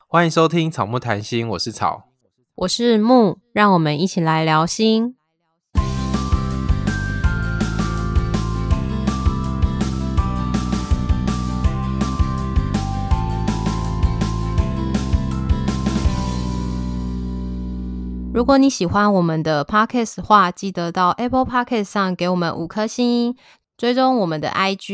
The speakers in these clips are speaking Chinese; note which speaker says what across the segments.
Speaker 1: 欢迎收听草木谈心，我是草，
Speaker 2: 我是木，让我们一起来聊心。如果你喜欢我们的 Podcast 的话，记得到 Apple Podcast 上给我们5颗星，追踪我们的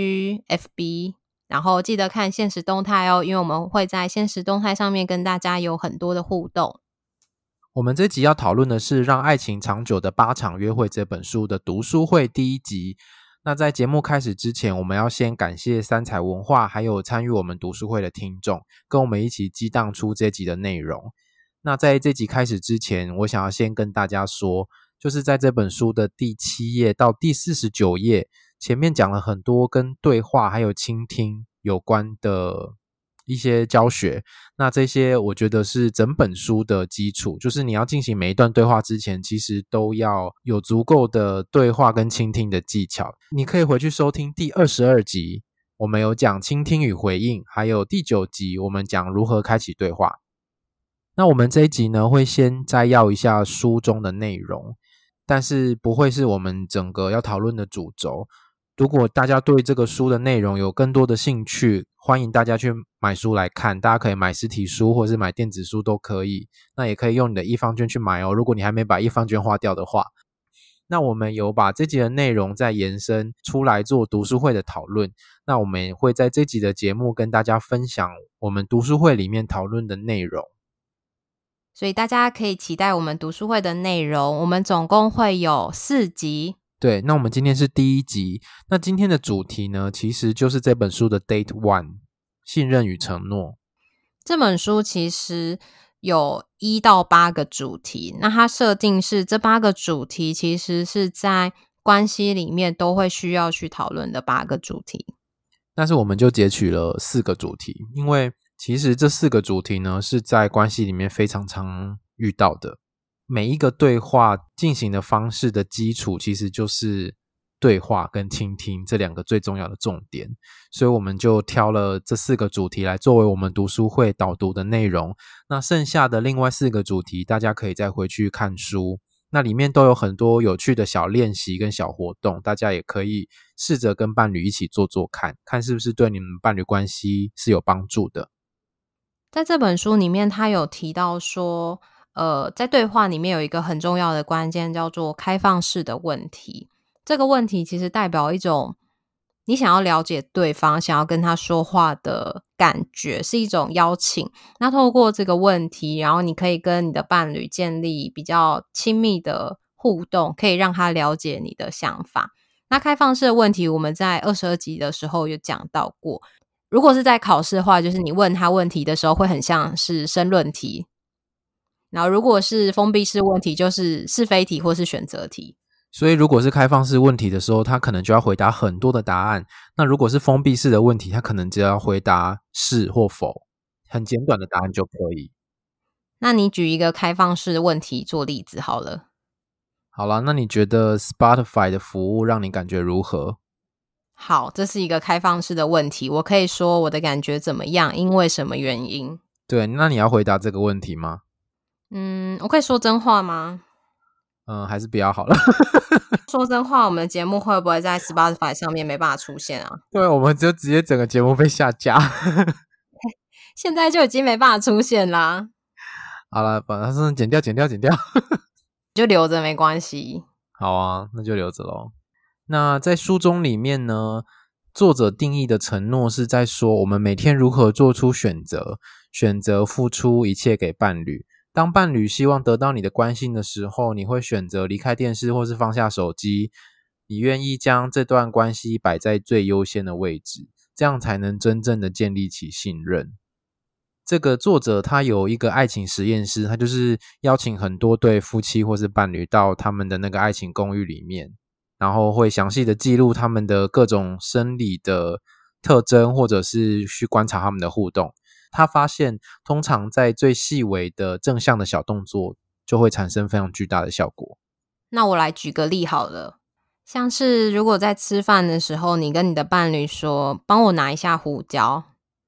Speaker 2: IG、FB， 然后记得看限时动态哦，因为我们会在限时动态上面跟大家有很多的互动。
Speaker 1: 我们这集要讨论的是《让爱情长久的8场约会》这本书的读书会第1集。那在节目开始之前，我们要先感谢三彩文化还有参与我们读书会的听众，跟我们一起激荡出这集的内容。那在这集开始之前，我想要先跟大家说，就是在这本书的第7页到第49页，前面讲了很多跟对话还有倾听有关的一些教学。那这些我觉得是整本书的基础，就是你要进行每一段对话之前，其实都要有足够的对话跟倾听的技巧。你可以回去收听第22集，我们有讲倾听与回应，还有第9集我们讲如何开启对话。那我们这一集呢，会先摘要一下书中的内容，但是不会是我们整个要讨论的主轴。如果大家对这个书的内容有更多的兴趣，欢迎大家去买书来看，大家可以买实体书或是买电子书都可以，那也可以用你的一方券去买哦，如果你还没把一方券花掉的话。那我们有把这集的内容再延伸出来做读书会的讨论，那我们也会在这集的节目跟大家分享我们读书会里面讨论的内容，
Speaker 2: 所以大家可以期待我们读书会的内容，我们总共会有4集。
Speaker 1: 对，那我们今天是第1集。那今天的主题呢，其实就是这本书的 Date 1， 信任与承诺。
Speaker 2: 这本书其实有1到8个主题，那它设定是这8个主题其实是在关系里面都会需要去讨论的8个主题。
Speaker 1: 但是我们就截取了4个主题，因为其实这4个主题呢是在关系里面非常常遇到的。每一个对话进行的方式的基础其实就是对话跟倾听这2个最重要的重点，所以我们就挑了这4个主题来作为我们读书会导读的内容。那剩下的另外4个主题大家可以再回去看书，那里面都有很多有趣的小练习跟小活动，大家也可以试着跟伴侣一起做做看，看是不是对你们伴侣关系是有帮助的。
Speaker 2: 在这本书里面他有提到说在对话里面有一个很重要的关键叫做开放式的问题。这个问题其实代表一种你想要了解对方，想要跟他说话的感觉，是一种邀请。那透过这个问题，然后你可以跟你的伴侣建立比较亲密的互动，可以让他了解你的想法。那开放式的问题我们在22集的时候有讲到过，如果是在考试的话，就是你问他问题的时候会很像是申论题，然后如果是封闭式问题就是是非题或是选择题。
Speaker 1: 所以如果是开放式问题的时候，他可能就要回答很多的答案，那如果是封闭式的问题，他可能只要回答是或否，很简短的答案就可以。
Speaker 2: 那你举一个开放式的问题做例子好了。
Speaker 1: 好啦，那你觉得 Spotify 的服务让你感觉如何？
Speaker 2: 好，这是一个开放式的问题，我可以说我的感觉怎么样，因为什么原因。
Speaker 1: 对，那你要回答这个问题吗？
Speaker 2: 我可以说真话吗？
Speaker 1: 还是不要好了。
Speaker 2: 说真话，我们的节目会不会在 Spotify 上面没办法出现啊？
Speaker 1: 对，我们就直接整个节目被下架。
Speaker 2: 现在就已经没办法出现啦。
Speaker 1: 好了，把它剪掉
Speaker 2: 就留着没关系。
Speaker 1: 好啊，那就留着咯。那在书中里面呢，作者定义的承诺是在说我们每天如何做出选择，选择付出一切给伴侣。当伴侣希望得到你的关心的时候，你会选择离开电视或是放下手机，你愿意将这段关系摆在最优先的位置，这样才能真正的建立起信任。这个作者他有一个爱情实验室，他就是邀请很多对夫妻或是伴侣到他们的那个爱情公寓里面，然后会详细的记录他们的各种生理的特征，或者是去观察他们的互动。他发现通常在最细微的正向的小动作就会产生非常巨大的效果。
Speaker 2: 那我来举个例好了，像是如果在吃饭的时候你跟你的伴侣说帮我拿一下胡椒，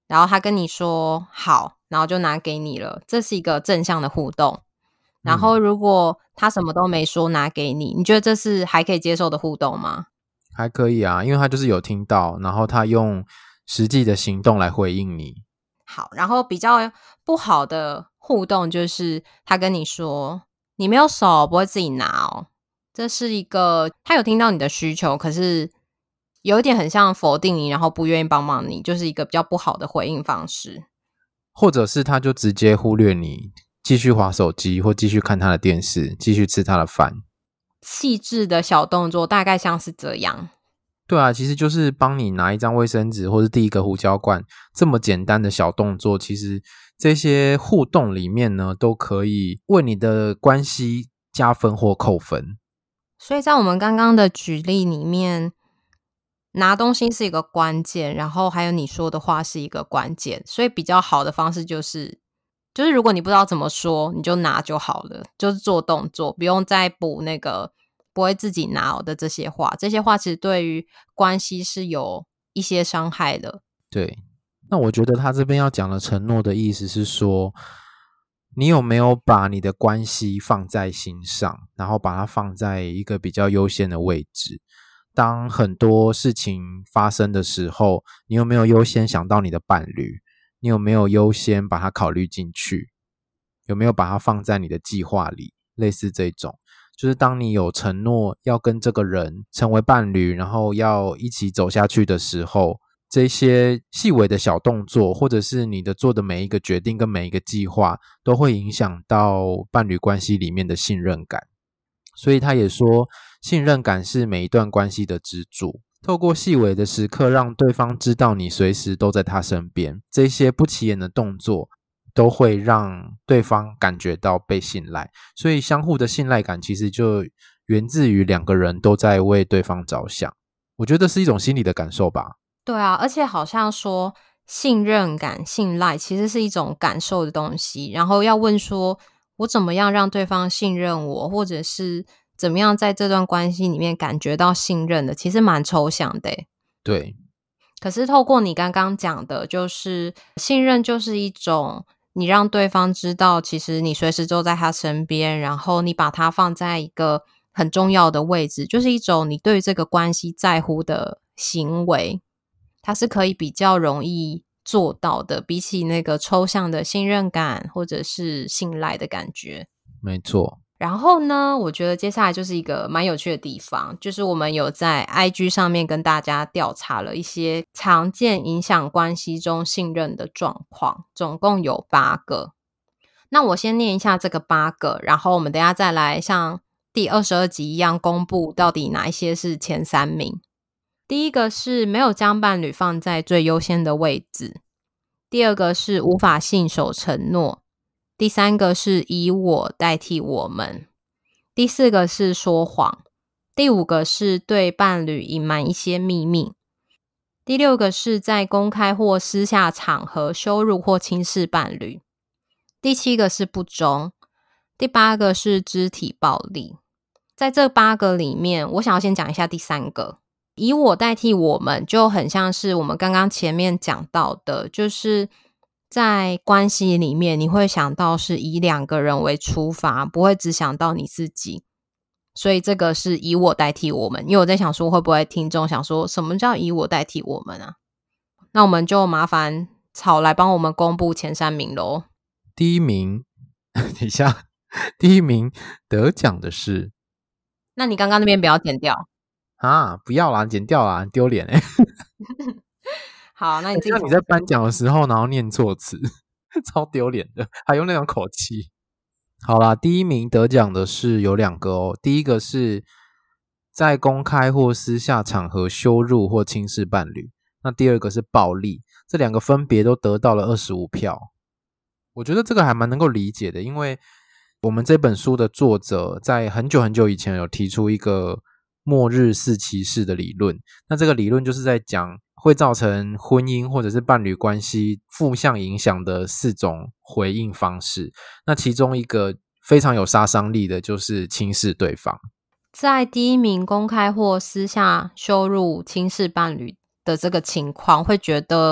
Speaker 2: 然后他跟你说好，然后就拿给你了，这是一个正向的互动。然后如果他什么都没说拿给你，你觉得这是还可以接受的互动吗？
Speaker 1: 还可以啊，因为他就是有听到，然后他用实际的行动来回应你。
Speaker 2: 好，然后比较不好的互动就是他跟你说你没有手不会自己拿哦，这是一个他有听到你的需求，可是有一点很像否定你，然后不愿意帮忙你，就是一个比较不好的回应方式。
Speaker 1: 或者是他就直接忽略你，继续滑手机或继续看他的电视，继续吃他的饭。
Speaker 2: 细致的小动作大概像是这样。
Speaker 1: 对啊，其实就是帮你拿一张卫生纸或是递一个胡椒罐，这么简单的小动作，其实这些互动里面呢，都可以为你的关系加分或扣分。
Speaker 2: 所以在我们刚刚的举例里面，拿东西是一个关键，然后还有你说的话是一个关键，所以比较好的方式就是如果你不知道怎么说，你就拿就好了，就是做动作，不用再补那个不会自己拿的这些话，这些话其实对于关系是有一些伤害的。
Speaker 1: 对，那我觉得他这边要讲的承诺的意思是说，你有没有把你的关系放在心上，然后把它放在一个比较优先的位置。当很多事情发生的时候，你有没有优先想到你的伴侣？你有没有优先把它考虑进去？有没有把它放在你的计划里？类似这种，就是当你有承诺要跟这个人成为伴侣，然后要一起走下去的时候，这些细微的小动作，或者是你的做的每一个决定跟每一个计划，都会影响到伴侣关系里面的信任感。所以他也说，信任感是每一段关系的支柱。透过细微的时刻让对方知道你随时都在他身边，这些不起眼的动作都会让对方感觉到被信赖。所以相互的信赖感其实就源自于两个人都在为对方着想。我觉得是一种心理的感受吧。
Speaker 2: 对啊，而且好像说信任感、信赖其实是一种感受的东西，然后要问说我怎么样让对方信任我，或者是怎么样在这段关系里面感觉到信任的，其实蛮抽象的耶。
Speaker 1: 对，
Speaker 2: 可是透过你刚刚讲的，就是信任就是一种你让对方知道其实你随时都在他身边，然后你把他放在一个很重要的位置，就是一种你对于这个关系在乎的行为，它是可以比较容易做到的，比起那个抽象的信任感或者是信赖的感觉。
Speaker 1: 没错。
Speaker 2: 然后呢，我觉得接下来就是一个蛮有趣的地方，就是我们有在 IG 上面跟大家调查了一些常见影响关系中信任的状况，总共有8个。那我先念一下这个8个，然后我们等一下再来像第22集一样公布到底哪一些是前3名。第一个是没有将伴侣放在最优先的位置，第二个是无法信守承诺，第3个是以我代替我们，第4个是说谎，第5个是对伴侣隐瞒一些秘密，第6个是在公开或私下场合羞辱或轻视伴侣，第7个是不忠，第8个是肢体暴力。在这8个里面，我想要先讲一下第3个，以我代替我们，就很像是我们刚刚前面讲到的，就是在关系里面你会想到是以2个人为出发，不会只想到你自己，所以这个是以我代替我们。因为我在想说会不会听众想说什么叫以我代替我们啊？那我们就麻烦草来帮我们公布前3名咯。
Speaker 1: 第一名等一下，第一名得奖的是，
Speaker 2: 那你刚刚那边不要剪掉
Speaker 1: 啊，不要啦，剪掉啦，丢脸欸。
Speaker 2: 好，那你自己
Speaker 1: 像你在颁奖的时候然后念错词，超丢脸的，还用那种口气。好啦，第一名得奖的是有2个哦。第一个是在公开或私下场合羞辱或轻视伴侣，那第二个是暴力，这2个分别都得到了25票。我觉得这个还蛮能够理解的，因为我们这本书的作者在很久很久以前有提出一个末日4骑士的理论，那这个理论就是在讲会造成婚姻或者是伴侣关系负向影响的4种回应方式，那其中一个非常有杀伤力的就是轻视对方。
Speaker 2: 在第一名公开或私下羞辱轻视伴侣的这个情况，会觉得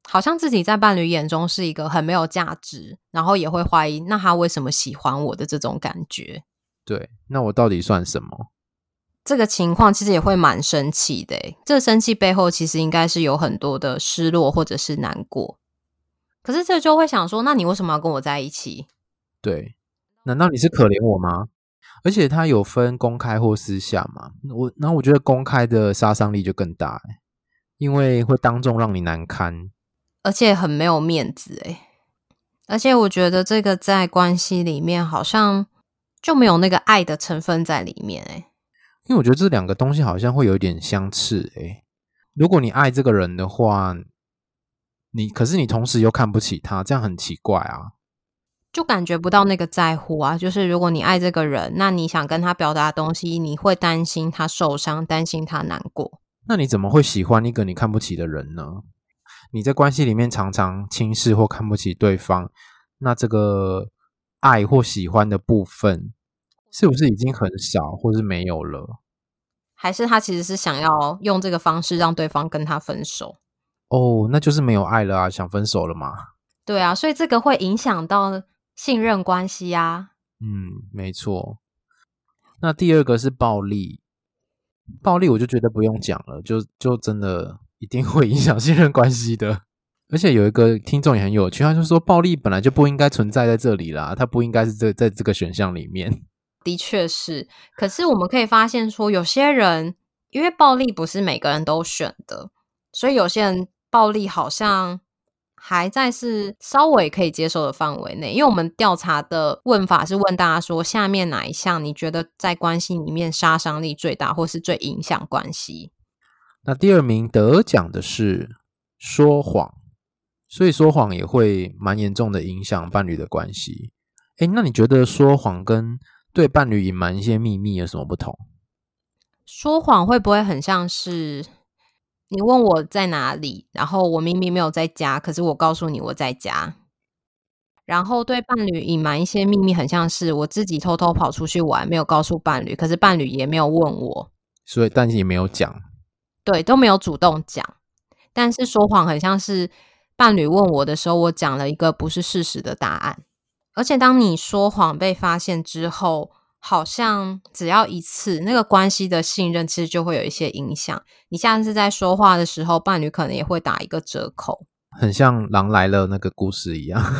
Speaker 2: 好像自己在伴侣眼中是一个很没有价值，然后也会怀疑那他为什么喜欢我的这种感觉。
Speaker 1: 对，那我到底算什么？
Speaker 2: 这个情况其实也会蛮生气的耶，这生气背后其实应该是有很多的失落或者是难过。可是这就会想说，那你为什么要跟我在一起？
Speaker 1: 对，难道你是可怜我吗？而且它有分公开或私下嘛，然后我觉得公开的杀伤力就更大耶，因为会当众让你难堪，
Speaker 2: 而且很没有面子耶。而且我觉得这个在关系里面好像就没有那个爱的成分在里面耶。
Speaker 1: 因为我觉得这两个东西好像会有一点相斥诶。如果你爱这个人的话，可是你同时又看不起他，这样很奇怪啊。
Speaker 2: 就感觉不到那个在乎啊，就是如果你爱这个人，那你想跟他表达的东西，你会担心他受伤，担心他难过。
Speaker 1: 那你怎么会喜欢一个你看不起的人呢？你在关系里面常常轻视或看不起对方，那这个爱或喜欢的部分是不是已经很少或是没有了？
Speaker 2: 还是他其实是想要用这个方式让对方跟他分手？
Speaker 1: 哦，那就是没有爱了啊，想分手了嘛。
Speaker 2: 对啊，所以这个会影响到信任关系啊。
Speaker 1: 没错。那第二个是暴力，暴力我就觉得不用讲了，就真的一定会影响信任关系的。而且有一个听众也很有趣，他就说暴力本来就不应该存在在这里啦，它不应该是在这个选项里面。
Speaker 2: 的确是，可是我们可以发现说，有些人因为暴力不是每个人都选的，所以有些人暴力好像还在是稍微可以接受的范围内。因为我们调查的问法是问大家说，下面哪一项你觉得在关系里面杀伤力最大，或是最影响关系？
Speaker 1: 那第二名得奖的是说谎，所以说谎也会蛮严重的影响伴侣的关系。那你觉得说谎跟对伴侣隐瞒一些秘密有什么不同？
Speaker 2: 说谎会不会很像是你问我在哪里，然后我明明没有在家，可是我告诉你我在家？然后对伴侣隐瞒一些秘密，很像是我自己偷偷跑出去玩，没有告诉伴侣，可是伴侣也没有问我，
Speaker 1: 所以但是也没有讲。
Speaker 2: 对，都没有主动讲。但是说谎很像是伴侣问我的时候，我讲了一个不是事实的答案。而且当你说谎被发现之后，好像只要一次，那个关系的信任其实就会有一些影响。你下次在说话的时候，伴侣可能也会打一个折扣。
Speaker 1: 很像狼来了那个故事一样。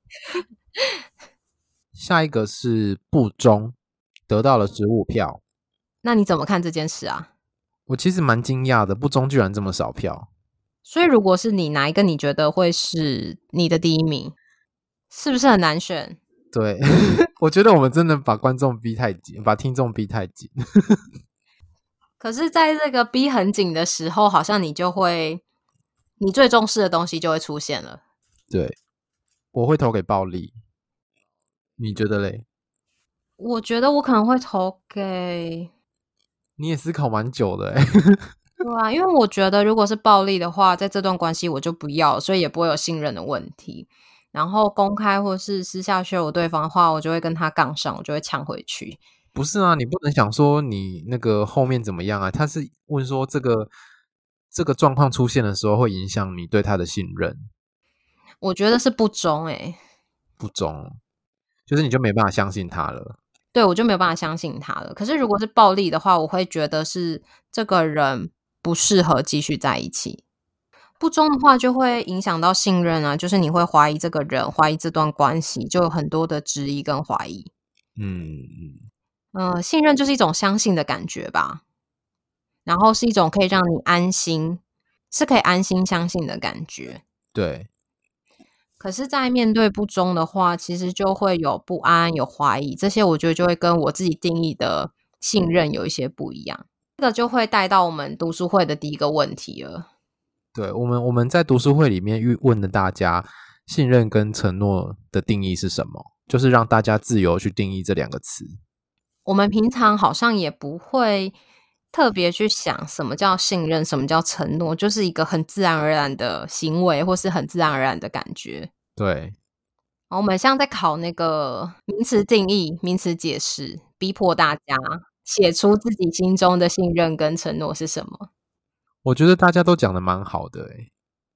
Speaker 1: 下一个是不忠，得到了15票。
Speaker 2: 那你怎么看这件事啊？
Speaker 1: 我其实蛮惊讶的，不忠居然这么少票。
Speaker 2: 所以如果是你，哪一个你觉得会是你的第一名？是不是很难选？
Speaker 1: 对，我觉得我们真的把观众逼太紧，把听众逼太紧。
Speaker 2: 可是在这个逼很紧的时候，好像你最重视的东西就会出现了。
Speaker 1: 对，我会投给暴力，你觉得嘞？
Speaker 2: 我觉得我可能会投给
Speaker 1: 你也思考蛮久的欸。
Speaker 2: 对啊，因为我觉得如果是暴力的话，在这段关系我就不要，所以也不会有信任的问题。然后公开或是私下削我对方的话，我就会跟他杠上，我就会呛回去。
Speaker 1: 不是啊，你不能想说你那个后面怎么样啊？他是问说这个状况出现的时候会影响你对他的信任，
Speaker 2: 我觉得是不忠欸。
Speaker 1: 不忠，就是你就没办法相信他了。
Speaker 2: 对，我就没有办法相信他了。可是如果是暴力的话，我会觉得是这个人不适合继续在一起。不忠的话就会影响到信任啊，就是你会怀疑这个人，怀疑这段关系，就有很多的质疑跟怀疑。信任就是一种相信的感觉吧，然后是一种可以让你安心，是可以安心相信的感觉。
Speaker 1: 对，
Speaker 2: 可是在面对不忠的话，其实就会有不安、有怀疑，这些我觉得就会跟我自己定义的信任有一些不一样。这个就会带到我们读书会的第一个问题了。
Speaker 1: 对，我们在读书会里面问了大家，信任跟承诺的定义是什么？就是让大家自由去定义这两个词。
Speaker 2: 我们平常好像也不会特别去想什么叫信任，什么叫承诺，就是一个很自然而然的行为，或是很自然而然的感觉。
Speaker 1: 对，
Speaker 2: 我们像在考那个名词定义、名词解释，逼迫大家写出自己心中的信任跟承诺是什么。
Speaker 1: 我觉得大家都讲的蛮好的欸。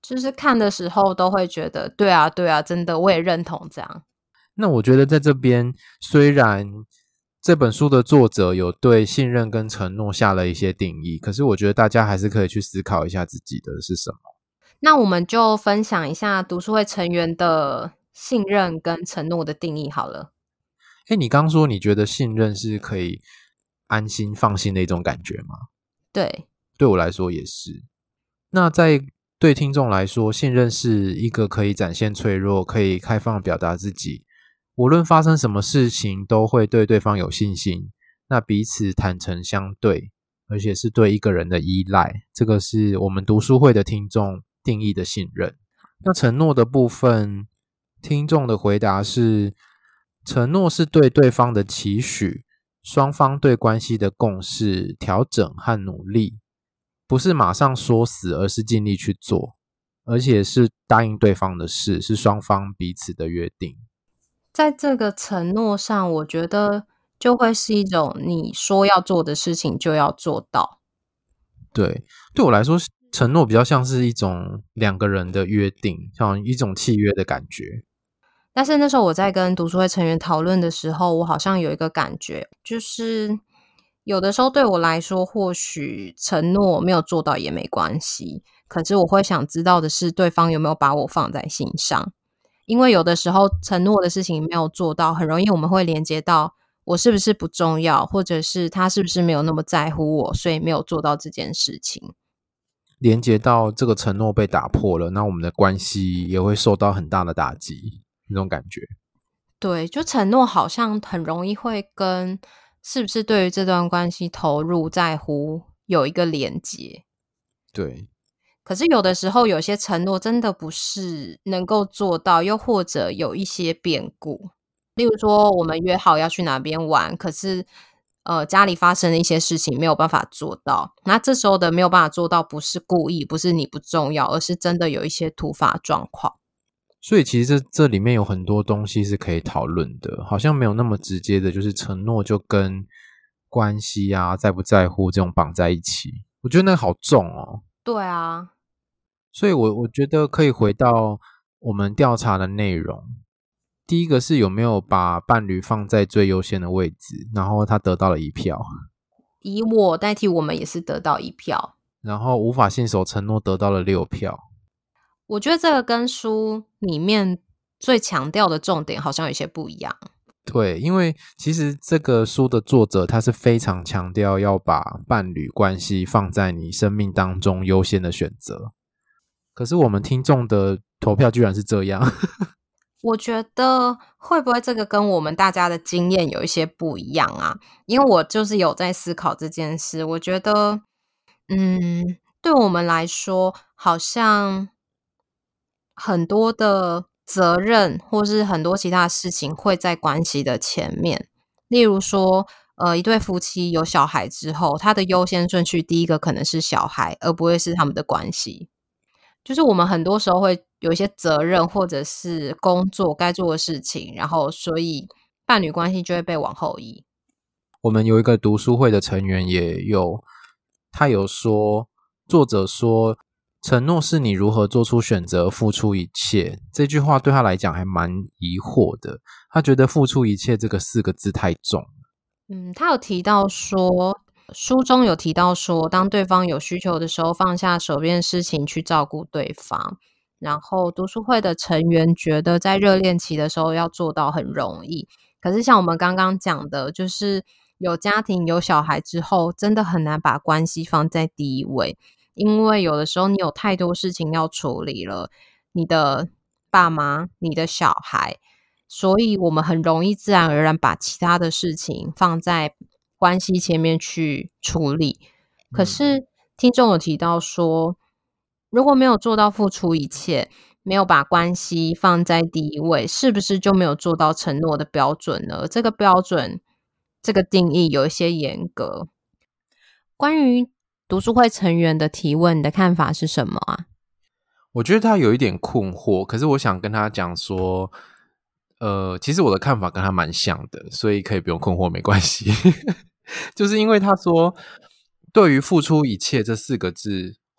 Speaker 2: 就是看的时候都会觉得对啊对啊，真的我也认同这样。
Speaker 1: 那我觉得在这边虽然这本书的作者有对信任跟承诺下了一些定义，可是我觉得大家还是可以去思考一下自己的是什么。
Speaker 2: 那我们就分享一下读书会成员的信任跟承诺的定义好了。
Speaker 1: 你刚刚说你觉得信任是可以安心放心的一种感觉吗？
Speaker 2: 对，
Speaker 1: 对我来说也是。那在对听众来说，信任是一个可以展现脆弱，可以开放表达自己，无论发生什么事情都会对对方有信心，那彼此坦诚相对，而且是对一个人的依赖，这个是我们读书会的听众定义的信任。那承诺的部分，听众的回答是，承诺是对对方的期许，双方对关系的共识、调整和努力，不是马上说死，而是尽力去做，而且是答应对方的事，是双方彼此的约定。
Speaker 2: 在这个承诺上，我觉得就会是一种你说要做的事情就要做到。
Speaker 1: 对，对我来说，承诺比较像是一种两个人的约定，像一种契约的感觉。
Speaker 2: 但是那时候我在跟读书会成员讨论的时候，我好像有一个感觉，就是有的时候对我来说，或许承诺没有做到也没关系，可是我会想知道的是对方有没有把我放在心上。因为有的时候承诺的事情没有做到，很容易我们会连接到我是不是不重要，或者是他是不是没有那么在乎我，所以没有做到这件事情。
Speaker 1: 连接到这个承诺被打破了，那我们的关系也会受到很大的打击，那种感觉。
Speaker 2: 对，就承诺好像很容易会跟是不是对于这段关系投入在乎有一个连结。
Speaker 1: 对，
Speaker 2: 可是有的时候有些承诺真的不是能够做到，又或者有一些变故。例如说我们约好要去哪边玩，可是家里发生了一些事情没有办法做到。那这时候的没有办法做到不是故意，不是你不重要，而是真的有一些突发状况。
Speaker 1: 所以其实这里面有很多东西是可以讨论的，好像没有那么直接的，就是承诺就跟关系啊，在不在乎这种绑在一起。我觉得那个好重哦。
Speaker 2: 对啊。
Speaker 1: 所以我觉得可以回到我们调查的内容。第一个是有没有把伴侣放在最优先的位置，然后他得到了1票。
Speaker 2: 以我代替我们也是得到1票。
Speaker 1: 然后无法信守承诺得到了6票。
Speaker 2: 我觉得这个跟书里面最强调的重点好像有些不一样。
Speaker 1: 对，因为其实这个书的作者他是非常强调要把伴侣关系放在你生命当中优先的选择，可是我们听众的投票居然是这样。
Speaker 2: 我觉得会不会这个跟我们大家的经验有一些不一样啊？因为我就是有在思考这件事，我觉得对我们来说好像很多的责任或是很多其他的事情会在关系的前面。例如说一对夫妻有小孩之后，他的优先顺序第一个可能是小孩，而不会是他们的关系。就是我们很多时候会有一些责任或者是工作该做的事情，然后所以伴侣关系就会被往后移。
Speaker 1: 我们有一个读书会的成员也有，他有说，作者说承诺是你如何做出选择，付出一切，这句话对他来讲还蛮疑惑的，他觉得付出一切这个4个字太重。
Speaker 2: 他有提到说，书中有提到说，当对方有需求的时候，放下手边的事情去照顾对方。然后读书会的成员觉得在热恋期的时候要做到很容易，可是像我们刚刚讲的，就是有家庭有小孩之后，真的很难把关系放在第一位，因为有的时候你有太多事情要处理了，你的爸妈，你的小孩，所以我们很容易自然而然把其他的事情放在关系前面去处理。可是听众有提到说，如果没有做到付出一切，没有把关系放在第一位，是不是就没有做到承诺的标准呢？这个标准，这个定义有一些严格。关于读书会成员的提问，你的看法是什么啊？
Speaker 1: 我觉得他有一点困惑，可是我想跟他讲说，其实我的看法跟他蛮像的，所以可以不用困惑，没关系。就是因为他说，对于付出一切这4个字，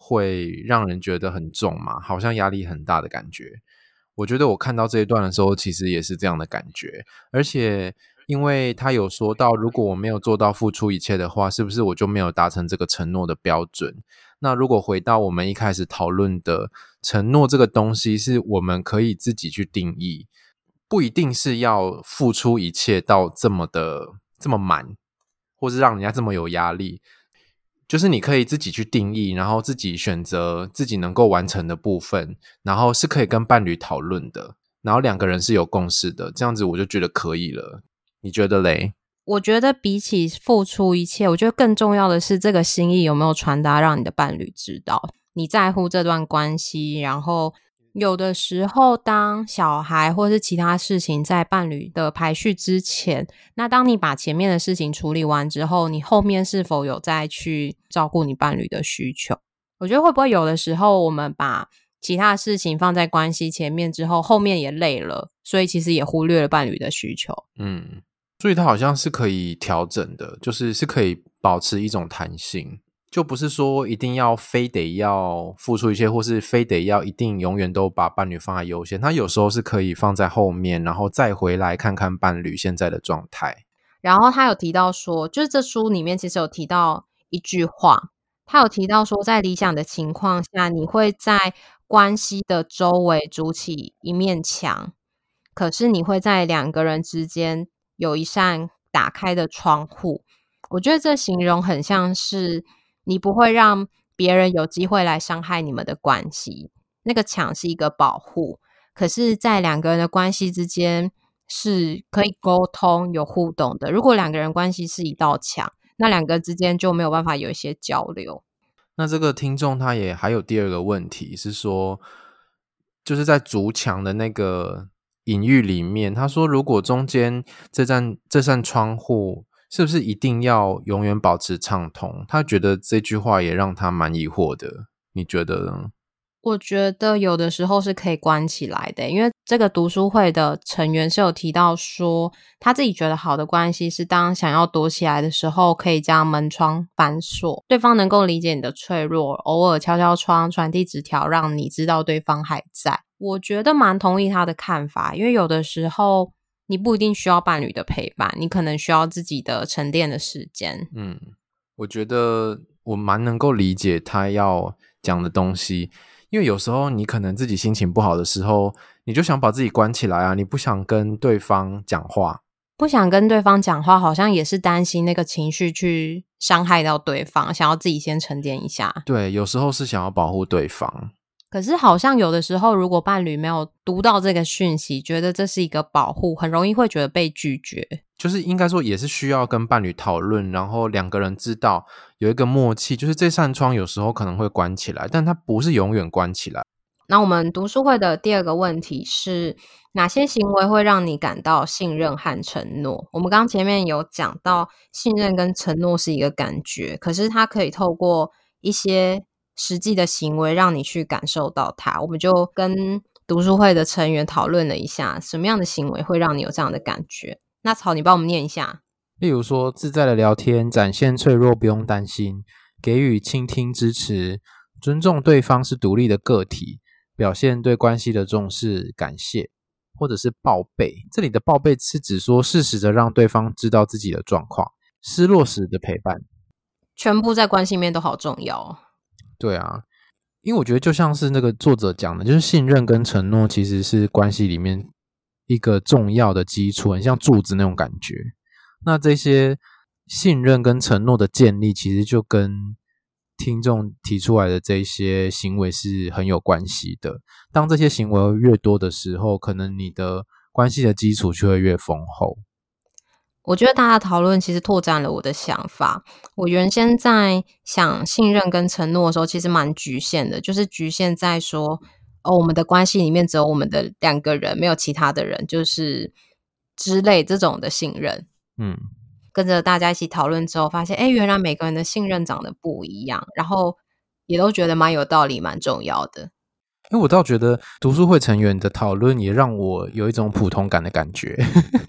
Speaker 1: 会让人觉得很重嘛，好像压力很大的感觉。我觉得我看到这一段的时候其实也是这样的感觉，而且因为他有说到如果我没有做到付出一切的话，是不是我就没有达成这个承诺的标准。那如果回到我们一开始讨论的承诺这个东西是我们可以自己去定义，不一定是要付出一切到这么满，或是让人家这么有压力，就是你可以自己去定义，然后自己选择自己能够完成的部分，然后是可以跟伴侣讨论的，然后两个人是有共识的，这样子我就觉得可以了。你觉得嘞？
Speaker 2: 我觉得比起付出一切，我觉得更重要的是这个心意有没有传达让你的伴侣知道你在乎这段关系。然后有的时候当小孩或是其他事情在伴侣的排序之前，那当你把前面的事情处理完之后，你后面是否有再去照顾你伴侣的需求。我觉得会不会有的时候我们把其他事情放在关系前面之后，后面也累了，所以其实也忽略了伴侣的需求。
Speaker 1: 所以它好像是可以调整的，是可以保持一种弹性，就不是说一定要非得要付出一切，或是非得要一定永远都把伴侣放在优先，它有时候是可以放在后面，然后再回来看看伴侣现在的状态。
Speaker 2: 然后他有提到说，就是这书里面其实有提到一句话，他有提到说在理想的情况下，你会在关系的周围筑起一面墙，可是你会在两个人之间有一扇打开的窗户。我觉得这形容很像是你不会让别人有机会来伤害你们的关系，那个墙是一个保护，可是在两个人的关系之间是可以沟通有互动的。如果两个人关系是一道墙，那两个之间就没有办法有一些交流。
Speaker 1: 那这个听众他也还有第二个问题是说，就是在筑墙的那个隐喻里面，他说如果中间这扇窗户是不是一定要永远保持畅通？他觉得这句话也让他蛮疑惑的，你觉得呢？
Speaker 2: 我觉得有的时候是可以关起来的，因为这个读书会的成员是有提到说，他自己觉得好的关系是当想要躲起来的时候，可以将门窗反锁，对方能够理解你的脆弱，偶尔敲敲窗，传递纸条，让你知道对方还在。我觉得蛮同意他的看法，因为有的时候你不一定需要伴侣的陪伴，你可能需要自己的沉淀的时间。
Speaker 1: 我觉得我蛮能够理解他要讲的东西，因为有时候你可能自己心情不好的时候，你就想把自己关起来啊，你不想跟对方讲话。
Speaker 2: 不想跟对方讲话，好像也是担心那个情绪去伤害到对方，想要自己先沉淀一下。
Speaker 1: 对，有时候是想要保护对方。
Speaker 2: 可是好像有的时候，如果伴侣没有读到这个讯息，觉得这是一个保护，很容易会觉得被拒绝。
Speaker 1: 就是应该说也是需要跟伴侣讨论，然后两个人知道有一个默契，就是这扇窗有时候可能会关起来，但它不是永远关起来。
Speaker 2: 那我们读书会的第二个问题是，哪些行为会让你感到信任和承诺？我们刚前面有讲到，信任跟承诺是一个感觉，可是它可以透过一些实际的行为让你去感受到它。我们就跟读书会的成员讨论了一下，什么样的行为会让你有这样的感觉。那草，你帮我们念一下。
Speaker 1: 例如说自在的聊天，展现脆弱不用担心，给予倾听支持，尊重对方是独立的个体，表现对关系的重视感谢，或者是报备。这里的报备是指说适时的让对方知道自己的状况，失落时的陪伴，
Speaker 2: 全部在关系里面都好重要。
Speaker 1: 对啊，因为我觉得就像是那个作者讲的，就是信任跟承诺其实是关系里面一个重要的基础，很像柱子那种感觉。那这些信任跟承诺的建立，其实就跟听众提出来的这些行为是很有关系的。当这些行为越多的时候，可能你的关系的基础就会越丰厚。
Speaker 2: 我觉得大家讨论其实拓展了我的想法。我原先在想信任跟承诺的时候，其实蛮局限的，就是局限在说，我们的关系里面只有我们的两个人，没有其他的人，就是之类这种的信任。跟着大家一起讨论之后，发现原来每个人的信任长得不一样，然后也都觉得蛮有道理，蛮重要的。
Speaker 1: 我倒觉得读书会成员的讨论也让我有一种普通感的感觉。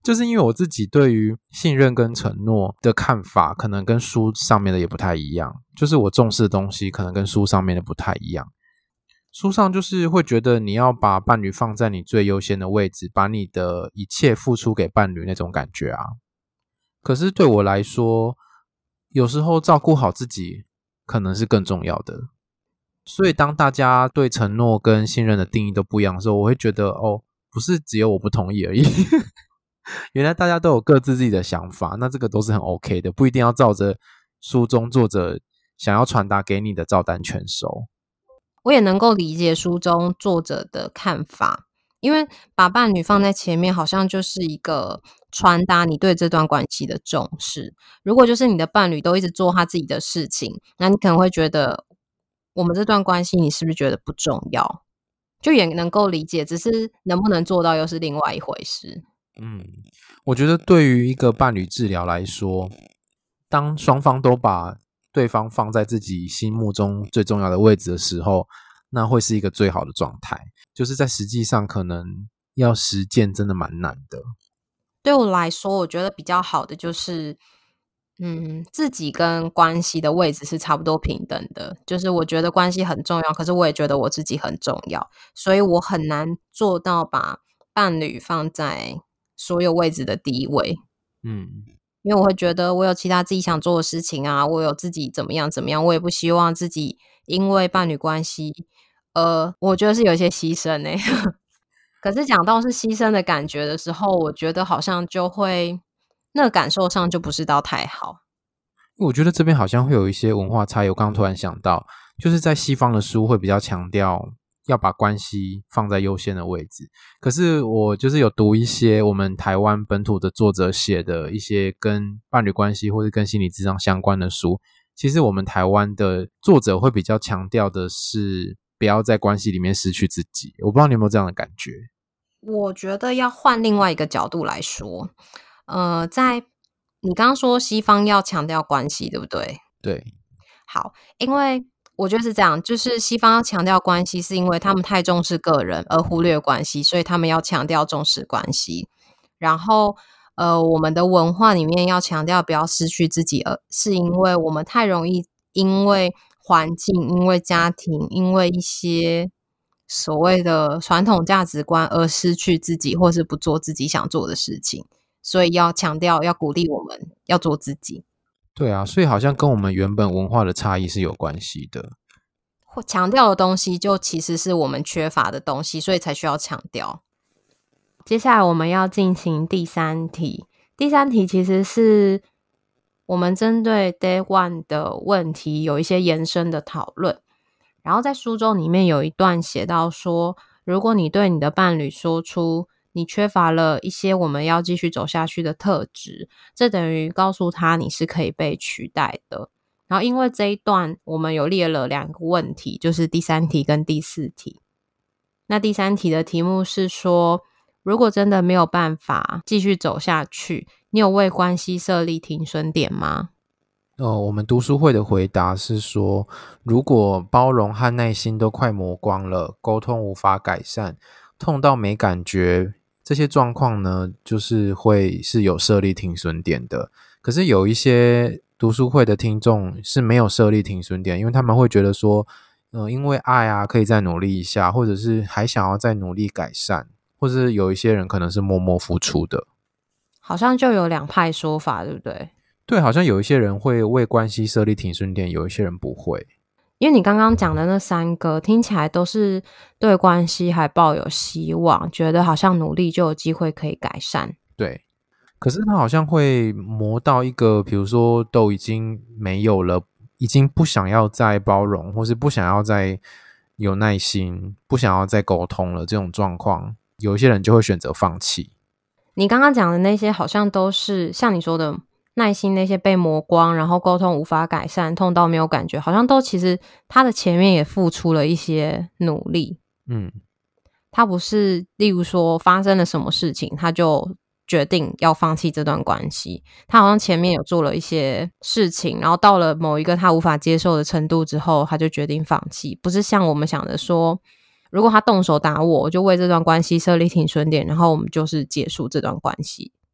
Speaker 1: 就是因为我自己对于信任跟承诺的看法可能跟书上面的也不太一样，就是我重视的东西可能跟书上面的不太一样。书上就是会觉得你要把伴侣放在你最优先的位置，把你的一切付出给伴侣那种感觉啊。可是对我来说，有时候照顾好自己可能是更重要的。所以当大家对承诺跟信任的定义都不一样的时候，我会觉得不是只有我不同意而已原来大家都有各自自己的想法，那这个都是很 OK 的，不一定要照着书中作者想要传达给你的照单全收。
Speaker 2: 我也能够理解书中作者的看法，因为把伴侣放在前面好像就是一个传达你对这段关系的重视。如果就是你的伴侣都一直做他自己的事情，那你可能会觉得我们这段关系你是不是觉得不重要，就也能够理解，只是能不能做到又是另外一回事。
Speaker 1: 我觉得对于一个伴侣治疗来说，当双方都把对方放在自己心目中最重要的位置的时候，那会是一个最好的状态，就是在实际上可能要实践真的蛮难的。
Speaker 2: 对我来说，我觉得比较好的就是自己跟关系的位置是差不多平等的，就是我觉得关系很重要，可是我也觉得我自己很重要，所以我很难做到把伴侣放在所有位置的第一位。因为我会觉得我有其他自己想做的事情啊，我有自己怎么样怎么样，我也不希望自己因为伴侣关系我觉得是有一些牺牲欸可是讲到是牺牲的感觉的时候，我觉得好像就会那个感受上就不是到太好。
Speaker 1: 我觉得这边好像会有一些文化差异，我刚刚突然想到，就是在西方的书会比较强调要把关系放在优先的位置，可是我就是有读一些我们台湾本土的作者写的一些跟伴侣关系或是跟心理咨商相关的书，其实我们台湾的作者会比较强调的是不要在关系里面失去自己。我不知道你有没有这样的感觉。
Speaker 2: 我觉得要换另外一个角度来说，在你刚刚说西方要强调关系，对不对？
Speaker 1: 对，
Speaker 2: 好，因为我觉得是这样，就是西方要强调关系，是因为他们太重视个人而忽略关系，所以他们要强调重视关系。然后，我们的文化里面要强调不要失去自己，是因为我们太容易因为环境、因为家庭、因为一些所谓的传统价值观而失去自己，或是不做自己想做的事情，所以要强调，要鼓励我们要做自己。
Speaker 1: 对啊，所以好像跟我们原本文化的差异是有关系的。
Speaker 2: 或强调的东西就其实是我们缺乏的东西，所以才需要强调。接下来我们要进行第三题，第三题其实是我们针对 Day One 的问题有一些延伸的讨论。然后在书中里面有一段写到说，如果你对你的伴侣说出你缺乏了一些我们要继续走下去的特质，这等于告诉他你是可以被取代的。然后因为这一段我们有列了2个问题，就是第3题跟第4题。那第3题的题目是说，如果真的没有办法继续走下去，你有为关系设立停损点吗？
Speaker 1: 我们读书会的回答是说，如果包容和耐心都快磨光了，沟通无法改善，痛到没感觉，这些状况呢，就是会是有设立停损点的。可是有一些读书会的听众是没有设立停损点，因为他们会觉得说，因为爱啊，可以再努力一下，或者是还想要再努力改善，或者是有一些人可能是默默付出的。
Speaker 2: 好像就有2派说法，对不对？
Speaker 1: 对，好像有一些人会为关系设立停损点，有一些人不会。
Speaker 2: 因为你刚刚讲的那3个听起来都是对关系还抱有希望，觉得好像努力就有机会可以改善。
Speaker 1: 对，可是他好像会磨到一个，比如说都已经没有了，已经不想要再包容，或是不想要再有耐心，不想要再沟通了，这种状况，有一些人就会选择放弃。
Speaker 2: 你刚刚讲的那些好像都是像你说的耐心那些被磨光，然后沟通无法改善，痛到没有感觉，好像都其实他的前面也付出了一些努力。他不是例如说发生了什么事情他就决定要放弃这段关系，他好像前面有做了一些事情，然后到了某一个他无法接受的程度之后，他就决定放弃。不是像我们想的说，如果他动手打我，我就为这段关系设立停损点，然后我们就是结束这段关系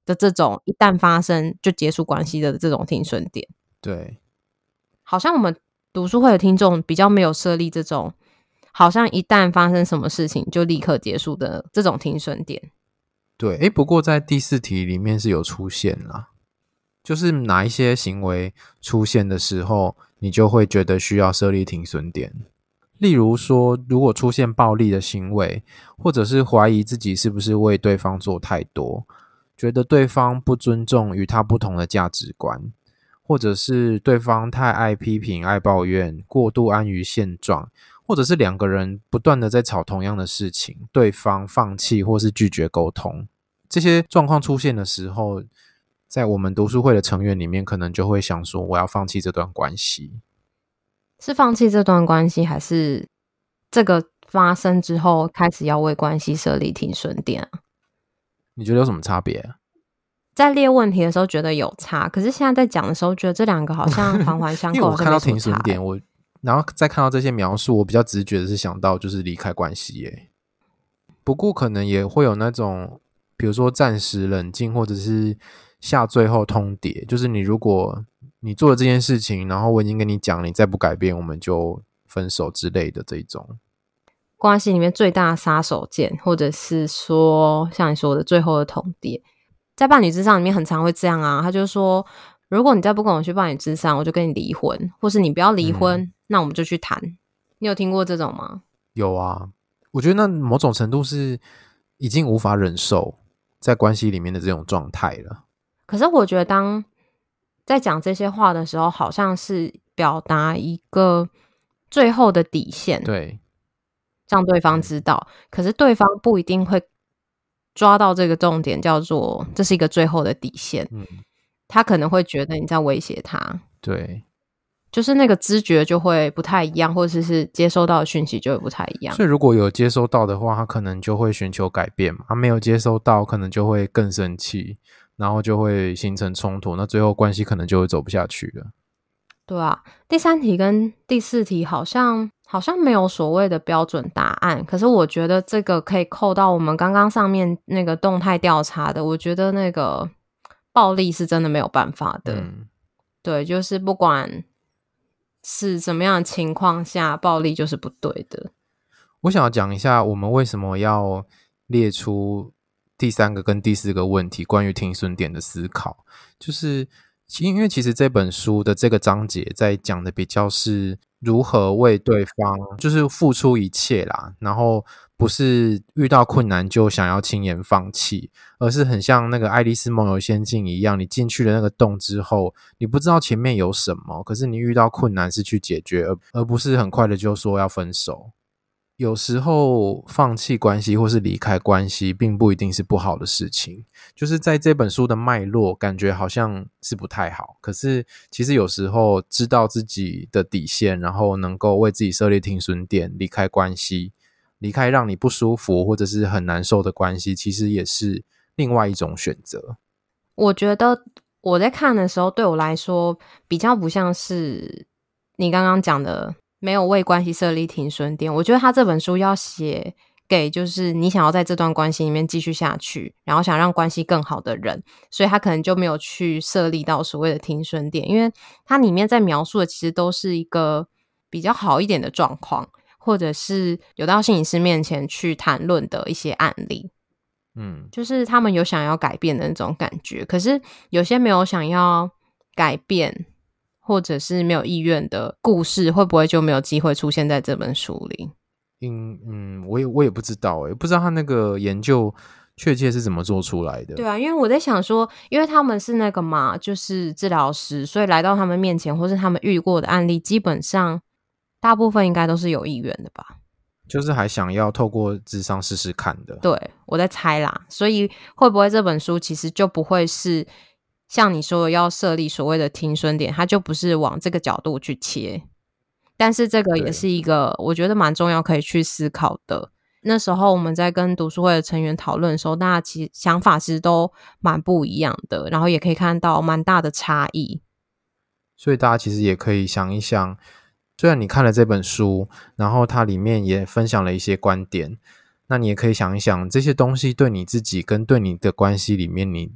Speaker 2: 的这种一旦发生就结束关系的这种停损点。
Speaker 1: 对，
Speaker 2: 好像我们读书会的听众比较没有设立这种好像一旦发生什么事情就立刻结束的这种停损点。
Speaker 1: 对，不过在第4题里面是有出现啦，就是哪一些行为出现的时候，你就会觉得需要设立停损点。例如说，如果出现暴力的行为，或者是怀疑自己是不是为对方做太多，觉得对方不尊重与他不同的价值观，或者是对方太爱批评、爱抱怨，过度安于现状，或者是2个人不断的在吵同样的事情，对方放弃或是拒绝沟通，这些状况出现的时候，在我们读书会的成员里面可能就会想说，我要放弃这段关系。
Speaker 2: 是放弃这段关系，还是这个发生之后开始要为关系设立停损点啊？
Speaker 1: 你觉得有什么差别啊？
Speaker 2: 在列问题的时候觉得有差，可是现在在讲的时候觉得这2个好像环环相扣。
Speaker 1: 因为我看到停损点，
Speaker 2: 欸，
Speaker 1: 然后再看到这些描述，我比较直觉的是想到就是离开关系耶。不过可能也会有那种比如说暂时冷静，或者是下最后通牒，就是如果你做了这件事情，然后我已经跟你讲，你再不改变我们就分手之类的，这一种
Speaker 2: 关系里面最大的杀手锏，或者是说像你说的最后的通牒，在伴侣諮商里面很常会这样啊，他就说如果你再不跟我去伴侣諮商，我就跟你离婚，或是你不要离婚，那我们就去谈。你有听过这种吗？
Speaker 1: 有啊，我觉得那某种程度是已经无法忍受在关系里面的这种状态了。
Speaker 2: 可是我觉得当在讲这些话的时候，好像是表达一个最后的底线，
Speaker 1: 对，
Speaker 2: 让对方知道，可是对方不一定会抓到这个重点，叫做这是一个最后的底线。他可能会觉得你在威胁他，
Speaker 1: 对，
Speaker 2: 就是那个知觉就会不太一样，或者是接收到的讯息就会不太一样。
Speaker 1: 所以如果有接收到的话，他可能就会寻求改变嘛，他没有接收到可能就会更生气，然后就会形成冲突，那最后关系可能就会走不下去了。
Speaker 2: 对啊，第3题跟第4题好像没有所谓的标准答案，可是我觉得这个可以扣到我们刚刚上面那个动态调查的，我觉得那个暴力是真的没有办法的。对，就是不管是怎么样的情况下，暴力就是不对的。
Speaker 1: 我想要讲一下我们为什么要列出第3个跟第4个问题关于停损点的思考，就是因为其实这本书的这个章节在讲的比较是如何为对方就是付出一切啦，然后不是遇到困难就想要轻言放弃，而是很像那个爱丽丝梦游仙境一样，你进去了那个洞之后，你不知道前面有什么，可是你遇到困难是去解决，而不是很快的就说要分手。有时候放弃关系或是离开关系并不一定是不好的事情，就是在这本书的脉络感觉好像是不太好，可是其实有时候知道自己的底线，然后能够为自己设立停损点，离开关系，离开让你不舒服或者是很难受的关系，其实也是另外一种选择。
Speaker 2: 我觉得我在看的时候，对我来说比较不像是你刚刚讲的没有为关系设立停损点。我觉得他这本书要写给就是你想要在这段关系里面继续下去，然后想让关系更好的人，所以他可能就没有去设立到所谓的停损点，因为他里面在描述的其实都是一个比较好一点的状况，或者是有到心理师面前去谈论的一些案例。就是他们有想要改变的那种感觉，可是有些没有想要改变或者是没有意愿的故事，会不会就没有机会出现在这本书里？
Speaker 1: 我也不知道不知道他那个研究确切是怎么做出来的。
Speaker 2: 对啊，因为我在想说，因为他们是那个嘛，就是治疗师，所以来到他们面前或是他们遇过的案例，基本上大部分应该都是有意愿的吧，
Speaker 1: 就是还想要透过諮商试试看的。
Speaker 2: 对，我在猜啦，所以会不会这本书其实就不会是像你说的要设立所谓的停损点，它就不是往这个角度去切。但是这个也是一个我觉得蛮重要可以去思考的。那时候我们在跟读书会的成员讨论的时候，大家其实想法其实都蛮不一样的，然后也可以看到蛮大的差异。
Speaker 1: 所以大家其实也可以想一想，虽然你看了这本书，然后它里面也分享了一些观点，那你也可以想一想这些东西对你自己跟对你的关系里面，你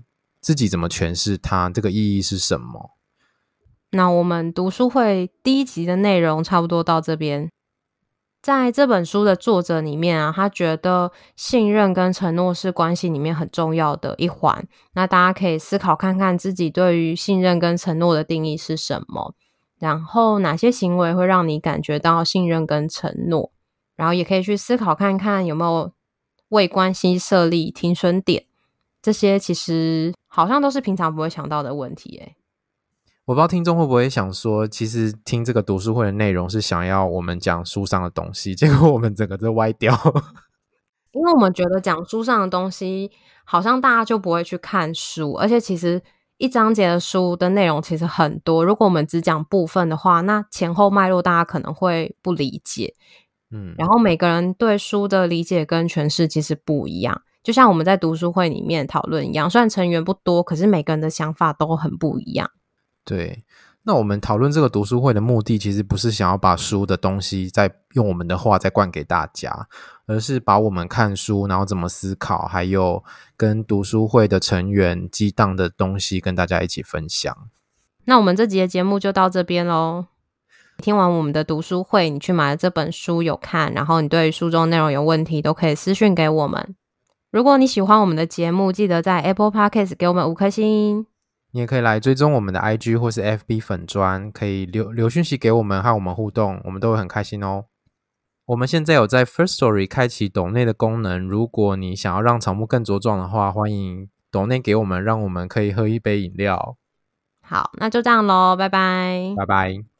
Speaker 1: 自己怎么诠释它，这个意义是什么。
Speaker 2: 那我们读书会第一集的内容差不多到这边。在这本书的作者里面啊，他觉得信任跟承诺是关系里面很重要的一环。那大家可以思考看看自己对于信任跟承诺的定义是什么，然后哪些行为会让你感觉到信任跟承诺，然后也可以去思考看看有没有为关系设立停损点。这些其实好像都是平常不会想到的问题耶。
Speaker 1: 我不知道听众会不会想说，其实听这个读书会的内容是想要我们讲书上的东西，结果我们整个就歪掉。
Speaker 2: 因为我们觉得讲书上的东西好像大家就不会去看书，而且其实一章节的书的内容其实很多，如果我们只讲部分的话，那前后脉络大家可能会不理解。然后每个人对书的理解跟诠释其实不一样，就像我们在读书会里面讨论一样，虽然成员不多，可是每个人的想法都很不一样。
Speaker 1: 对，那我们讨论这个读书会的目的其实不是想要把书的东西再用我们的话再灌给大家，而是把我们看书然后怎么思考，还有跟读书会的成员激荡的东西跟大家一起分享。
Speaker 2: 那我们这集的节目就到这边咯。听完我们的读书会，你去买了这本书有看，然后你对书中内容有问题都可以私讯给我们。如果你喜欢我们的节目，记得在 Apple Podcast 给我们5颗星。
Speaker 1: 你也可以来追踪我们的 IG 或是 FB 粉专，可以留讯息给我们和我们互动，我们都会很开心哦。我们现在有在 Firstory 开启抖内的功能，如果你想要让草木更茁壮的话，欢迎抖内给我们，让我们可以喝一杯饮料。
Speaker 2: 好，那就这样咯，拜拜。
Speaker 1: 拜拜。